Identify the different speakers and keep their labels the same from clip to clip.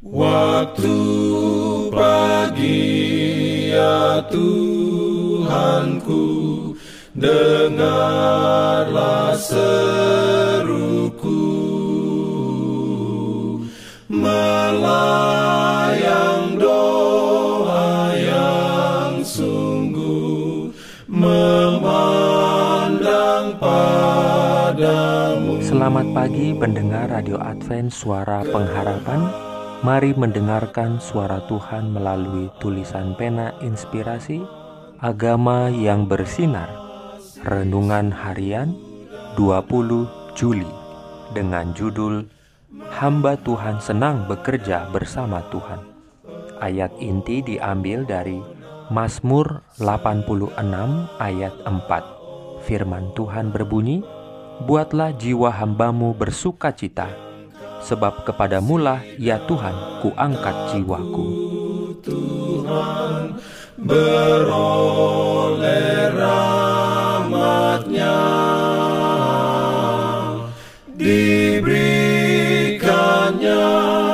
Speaker 1: Waktu pagi ya Tuhanku, dengarlah seruku, melayang doa yang sungguh, memandang padamu.
Speaker 2: Selamat pagi pendengar Radio Advent Suara Pengharapan. Mari mendengarkan suara Tuhan melalui tulisan pena inspirasi Agama yang Bersinar. Renungan harian 20 Juli dengan judul Hamba Tuhan senang bekerja bersama Tuhan. Ayat inti diambil dari Mazmur 86 ayat 4. Firman Tuhan berbunyi, "Buatlah jiwa hambamu bersukacita, sebab kepadamulah ya Tuhan kuangkat jiwaku."
Speaker 1: Tuhan beroleh rahmat-Nya, diberikannya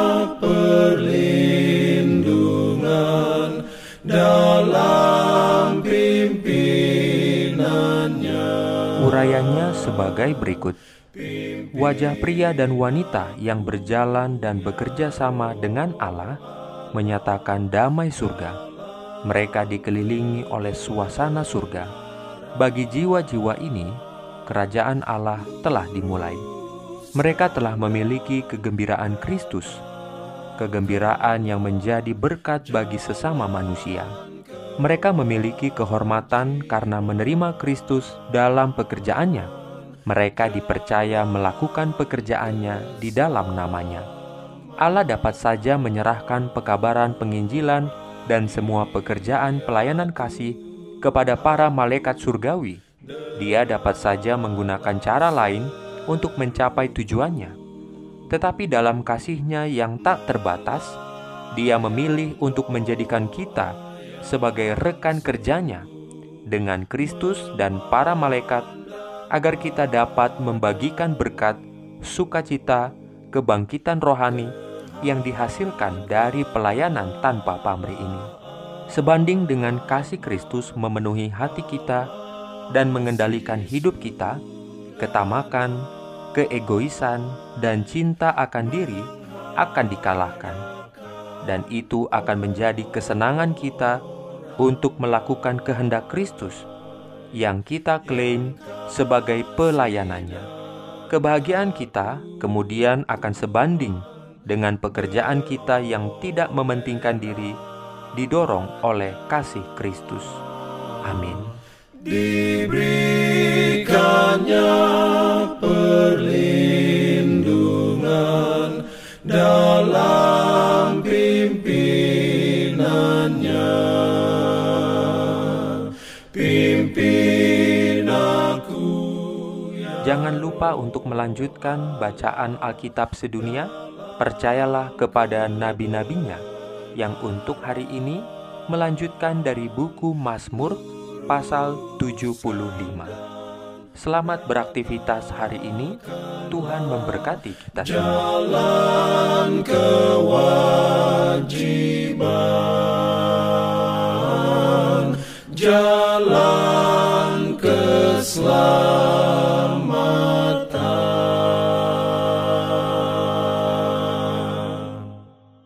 Speaker 1: perlindungan dalam pimpinannya.
Speaker 2: Urayanya sebagai berikut. Wajah pria dan wanita yang berjalan dan bekerja sama dengan Allah menyatakan damai surga. Mereka dikelilingi oleh suasana surga. Bagi jiwa-jiwa ini, kerajaan Allah telah dimulai. Mereka telah memiliki kegembiraan Kristus, kegembiraan yang menjadi berkat bagi sesama manusia. Mereka memiliki kehormatan karena menerima Kristus dalam pekerjaannya. Mereka dipercaya melakukan pekerjaannya di dalam namanya. Allah dapat saja menyerahkan pekabaran penginjilan dan semua pekerjaan pelayanan kasih kepada para malaikat surgawi. Dia dapat saja menggunakan cara lain untuk mencapai tujuannya. Tetapi dalam kasih-Nya yang tak terbatas, Dia memilih untuk menjadikan kita sebagai rekan kerjanya dengan Kristus dan para malaikat, agar kita dapat membagikan berkat, sukacita, kebangkitan rohani yang dihasilkan dari pelayanan tanpa pamrih ini. Sebanding dengan kasih Kristus memenuhi hati kita dan mengendalikan hidup kita, ketamakan, keegoisan, dan cinta akan diri akan dikalahkan. Dan itu akan menjadi kesenangan kita untuk melakukan kehendak Kristus yang kita klaim sebagai pelayanannya. Kebahagiaan kita kemudian akan sebanding dengan pekerjaan kita yang tidak mementingkan diri, didorong oleh kasih Kristus. Amin.
Speaker 1: Diberikannya perlindungan dalam pimpinannya. Pimpin aku.
Speaker 2: Jangan lupa untuk melanjutkan bacaan Alkitab sedunia. Percayalah kepada nabi-nabinya yang untuk hari ini melanjutkan dari buku Mazmur pasal 75. Selamat beraktivitas hari ini. Tuhan memberkati kita semua.
Speaker 1: Jalan kewajiban